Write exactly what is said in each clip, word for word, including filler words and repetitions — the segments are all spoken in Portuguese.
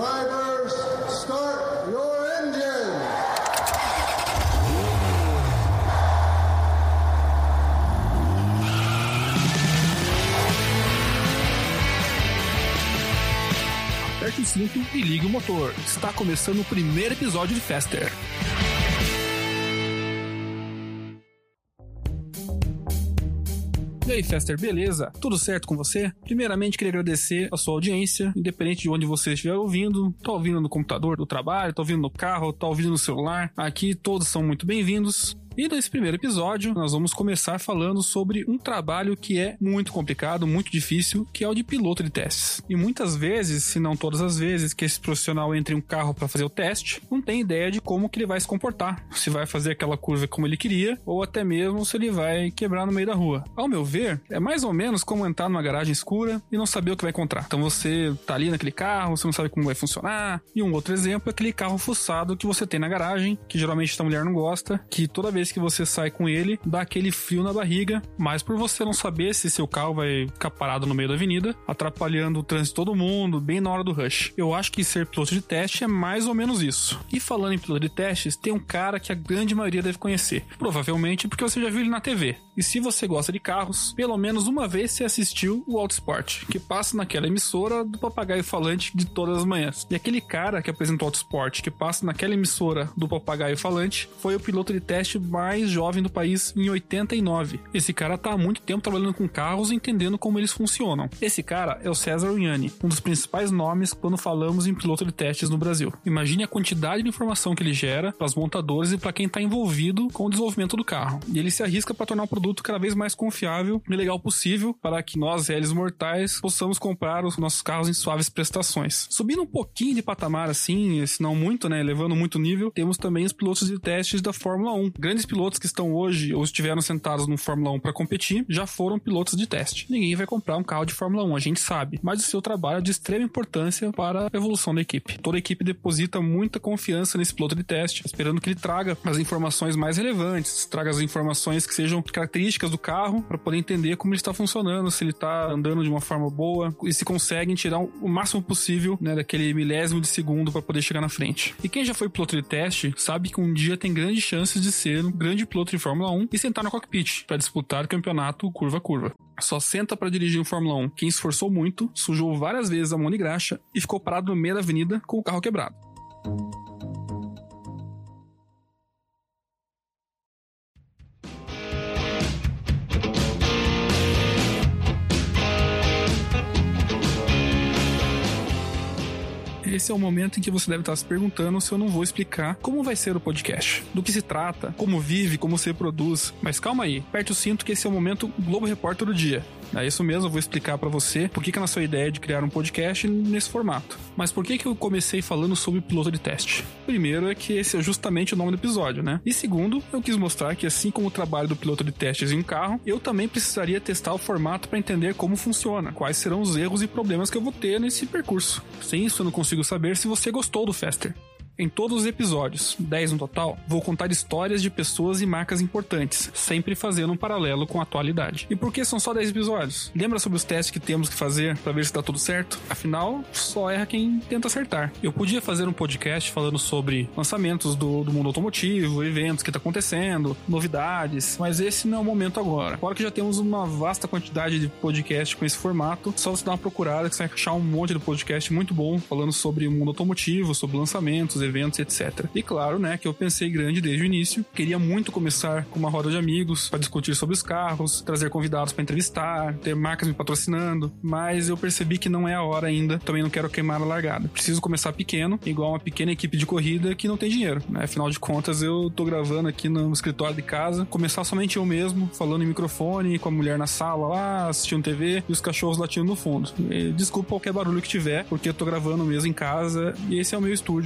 Drivers, start your engine! Aperte o cinto e ligue o motor. Está começando o primeiro episódio de Faster. E aí, Faster, beleza? Tudo certo com você? Primeiramente, queria agradecer a sua audiência, independente de onde você estiver ouvindo. Tá ouvindo no computador do trabalho, tá ouvindo no carro, tá ouvindo no celular. Aqui todos são muito bem-vindos. E nesse primeiro episódio, nós vamos começar falando sobre um trabalho que é muito complicado, muito difícil, que é o de piloto de testes. E muitas vezes, se não todas as vezes, que esse profissional entra em um carro para fazer o teste, não tem ideia de como que ele vai se comportar, se vai fazer aquela curva como ele queria, ou até mesmo se ele vai quebrar no meio da rua. Ao meu ver, é mais ou menos como entrar numa garagem escura e não saber o que vai encontrar. Então você tá ali naquele carro, você não sabe como vai funcionar. E um outro exemplo é aquele carro fuçado que você tem na garagem, que geralmente a mulher não gosta, que toda vez que você sai com ele, dá aquele frio na barriga, mas por você não saber se seu carro vai ficar parado no meio da avenida, atrapalhando o trânsito de todo mundo, bem na hora do rush. Eu acho que ser piloto de teste é mais ou menos isso. E falando em piloto de testes, tem um cara que a grande maioria deve conhecer. Provavelmente porque você já viu ele na T V. E se você gosta de carros, pelo menos uma vez você assistiu o Autosport, que passa naquela emissora do papagaio falante de todas as manhãs. E aquele cara que apresenta o Autosport, que passa naquela emissora do papagaio falante, foi o piloto de teste mais jovem do país em oitenta e nove. Esse cara tá há muito tempo trabalhando com carros e entendendo como eles funcionam. Esse cara é o César Ugnani, um dos principais nomes quando falamos em piloto de testes no Brasil. Imagine a quantidade de informação que ele gera para as montadoras e para quem está envolvido com o desenvolvimento do carro. E ele se arrisca para tornar o produto cada vez mais confiável e legal possível para que nós, réis mortais, possamos comprar os nossos carros em suaves prestações. Subindo um pouquinho de patamar assim, se não muito, né, elevando muito o nível, temos também os pilotos de testes da Fórmula um. Grandes pilotos que estão hoje ou estiveram sentados no Fórmula um para competir, já foram pilotos de teste. Ninguém vai comprar um carro de Fórmula um, a gente sabe, mas o seu trabalho é de extrema importância para a evolução da equipe. Toda a equipe deposita muita confiança nesse piloto de teste, esperando que ele traga as informações mais relevantes, traga as informações que sejam características do carro para poder entender como ele está funcionando, se ele está andando de uma forma boa e se conseguem tirar o máximo possível, né, daquele milésimo de segundo para poder chegar na frente. E quem já foi piloto de teste sabe que um dia tem grandes chances de ser um grande piloto de Fórmula um e sentar no cockpit para disputar o campeonato curva a curva. Só senta para dirigir um Fórmula um quem esforçou muito, sujou várias vezes a mão de graxa e ficou parado no meio da avenida com o carro quebrado. Esse é o momento em que você deve estar se perguntando se eu não vou explicar como vai ser o podcast, do que se trata, como vive, como se reproduz. Mas calma aí, aperte o cinto que esse é o momento Globo Repórter do dia. É isso mesmo, eu vou explicar pra você por que que é a nossa ideia de criar um podcast nesse formato. Mas por que que eu comecei falando sobre piloto de teste? Primeiro é que esse é justamente o nome do episódio, né? E segundo, eu quis mostrar que assim como o trabalho do piloto de testes em um carro, eu também precisaria testar o formato para entender como funciona, quais serão os erros e problemas que eu vou ter nesse percurso. Sem isso eu não consigo saber se você gostou do Faster. Em todos os episódios, dez no total, vou contar histórias de pessoas e marcas importantes, sempre fazendo um paralelo com a atualidade. E por que são só dez episódios? Lembra sobre os testes que temos que fazer para ver se tá tudo certo? Afinal, só erra quem tenta acertar. Eu podia fazer um podcast falando sobre lançamentos do, do mundo automotivo, eventos que tá acontecendo, novidades, mas esse não é o momento agora. Agora que já temos uma vasta quantidade de podcast com esse formato, só você dar uma procurada que você vai achar um monte de podcast muito bom falando sobre o mundo automotivo, sobre lançamentos, eventos, etcétera. E claro, né, que eu pensei grande desde o início. Queria muito começar com uma roda de amigos para discutir sobre os carros, trazer convidados para entrevistar, ter marcas me patrocinando, mas eu percebi que não é a hora ainda. Também não quero queimar a largada. Preciso começar pequeno, igual uma pequena equipe de corrida que não tem dinheiro, né? Afinal de contas, eu tô gravando aqui no escritório de casa, começar somente eu mesmo, falando em microfone, com a mulher na sala lá, assistindo T V e os cachorros latindo no fundo. E desculpa qualquer barulho que tiver, porque eu tô gravando mesmo em casa e esse é o meu estúdio hoje em dia.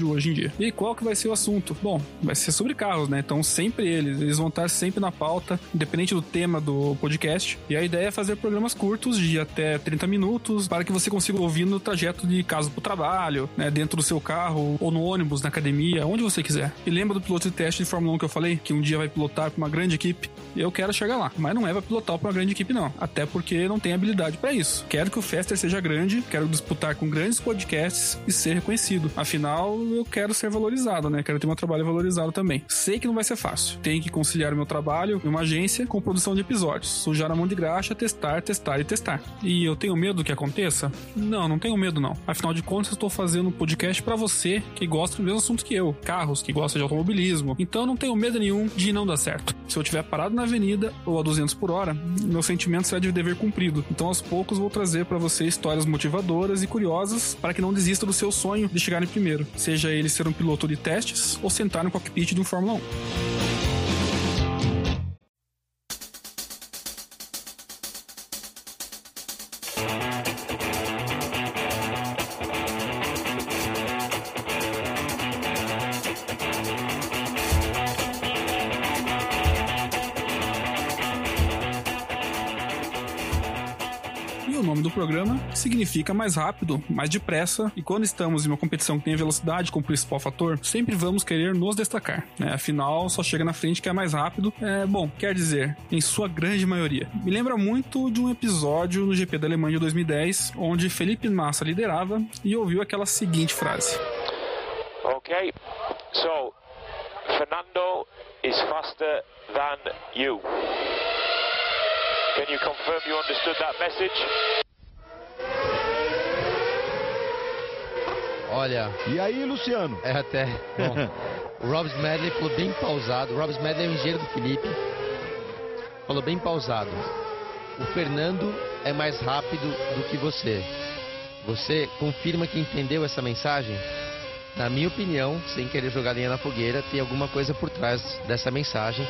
dia. E qual que vai ser o assunto? Bom, vai ser sobre carros, né? Então sempre eles, eles vão estar sempre na pauta, independente do tema do podcast. E a ideia é fazer programas curtos de até trinta minutos, para que você consiga ouvir no trajeto de casa pro trabalho, né? Dentro do seu carro, ou no ônibus, na academia, onde você quiser. E lembra do piloto de teste de Fórmula um que eu falei? Que um dia vai pilotar para uma grande equipe? Eu quero chegar lá, mas não é pra pilotar para uma grande equipe não, até porque não tem habilidade para isso. Quero que o Faster seja grande, quero disputar com grandes podcasts e ser reconhecido. Afinal, eu quero ser valorizado, né? Quero ter meu trabalho valorizado também. Sei que não vai ser fácil. Tenho que conciliar o meu trabalho em uma agência com produção de episódios, sujar a mão de graxa, testar, testar e testar. E eu tenho medo do que aconteça? Não, não tenho medo não. Afinal de contas, eu estou fazendo um podcast para você que gosta do mesmo assunto que eu, carros, que gosta de automobilismo. Então eu não tenho medo nenhum de não dar certo. Se eu estiver parado na avenida ou a duzentos por hora, meu sentimento será de dever cumprido. Então aos poucos vou trazer para você histórias motivadoras e curiosas para que não desista do seu sonho de chegar em primeiro, seja ele ser um piloto de testes ou sentar no cockpit de um Fórmula um. Do programa significa mais rápido, mais depressa, e quando estamos em uma competição que tem velocidade como principal fator, sempre vamos querer nos destacar, né? Afinal, só chega na frente que é mais rápido. É bom, quer dizer, em sua grande maioria. Me lembra muito de um episódio no G P da Alemanha de dois mil e dez, onde Felipe Massa liderava e ouviu aquela seguinte frase: Ok, so Fernando is faster than you. Can you confirm you understood that message? Olha... E aí, Luciano? É até... Bom, o Rob Smedley falou bem pausado. O Rob Smedley é o engenheiro do Felipe. Falou bem pausado. O Fernando é mais rápido do que você. Você confirma que entendeu essa mensagem? Na minha opinião, sem querer jogar linha na fogueira, tem alguma coisa por trás dessa mensagem.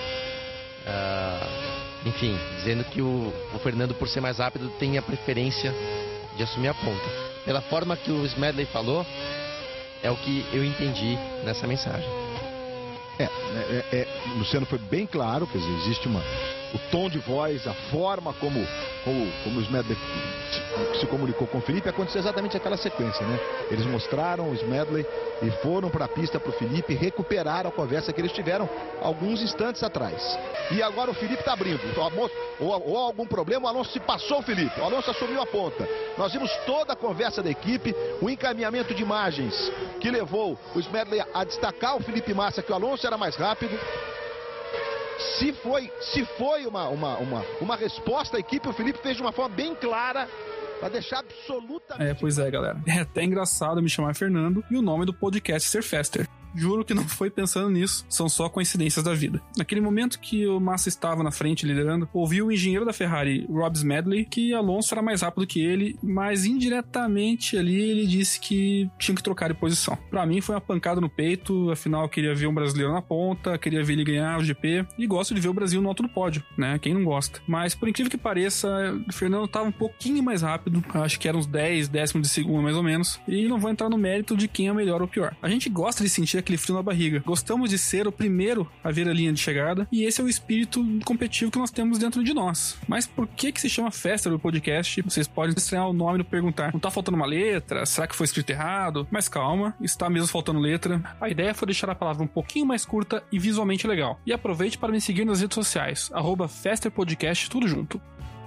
Uh, enfim, dizendo que o, o Fernando, por ser mais rápido, tem a preferência de assumir a ponta. Pela forma que o Smedley falou, é o que eu entendi nessa mensagem. É, é, é, Luciano foi bem claro, quer dizer, existe uma... O tom de voz, a forma como, como, como o Smedley se, se comunicou com o Felipe, aconteceu exatamente aquela sequência, né? Eles mostraram o Smedley e foram para a pista para o Felipe recuperar a conversa que eles tiveram alguns instantes atrás. E agora o Felipe está abrindo. Ou, ou algum problema, o Alonso se passou o Felipe. O Alonso assumiu a ponta. Nós vimos toda a conversa da equipe, o encaminhamento de imagens que levou o Smedley a destacar o Felipe Massa, que o Alonso era mais rápido. Se foi, se foi uma, uma, uma, uma resposta à equipe, o Felipe fez de uma forma bem clara para deixar absolutamente... É, pois é, galera. É até engraçado me chamar Fernando e o nome do podcast ser Faster. Juro que não foi pensando nisso, são só coincidências da vida. Naquele momento que o Massa estava na frente liderando, ouviu o engenheiro da Ferrari, Rob Smedley, que Alonso era mais rápido que ele, mas indiretamente ali ele disse que tinha que trocar de posição. Pra mim foi uma pancada no peito, afinal eu queria ver um brasileiro na ponta, queria ver ele ganhar o G P, e gosto de ver o Brasil no alto do pódio, né? Quem não gosta? Mas por incrível que pareça, o Fernando estava um pouquinho mais rápido, acho que era uns dez décimos de segundo mais ou menos, e não vou entrar no mérito de quem é melhor ou pior. A gente gosta de sentir aquele frio na barriga. Gostamos de ser o primeiro a ver a linha de chegada, e esse é o espírito competitivo que nós temos dentro de nós. Mas por que que se chama Faster do podcast? Vocês podem estranhar o nome e perguntar: não tá faltando uma letra? Será que foi escrito errado? Mas calma, está mesmo faltando letra. A ideia foi deixar a palavra um pouquinho mais curta e visualmente legal. E aproveite para me seguir nas redes sociais, arroba Faster Podcast, tudo junto.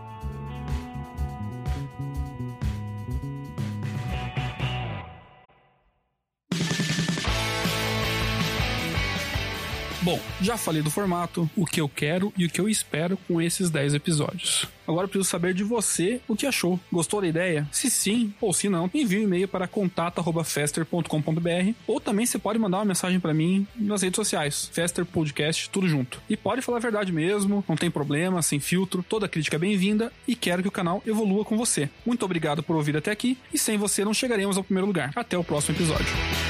Bom, já falei do formato, o que eu quero e o que eu espero com esses dez episódios. Agora eu preciso saber de você o que achou. Gostou da ideia? Se sim ou se não, envie um e-mail para contato arroba faster ponto com ponto b r, ou também você pode mandar uma mensagem para mim nas redes sociais, Faster Podcast, tudo junto. E pode falar a verdade mesmo, não tem problema, sem filtro, toda crítica é bem-vinda e quero que o canal evolua com você. Muito obrigado por ouvir até aqui, e sem você não chegaremos ao primeiro lugar. Até o próximo episódio.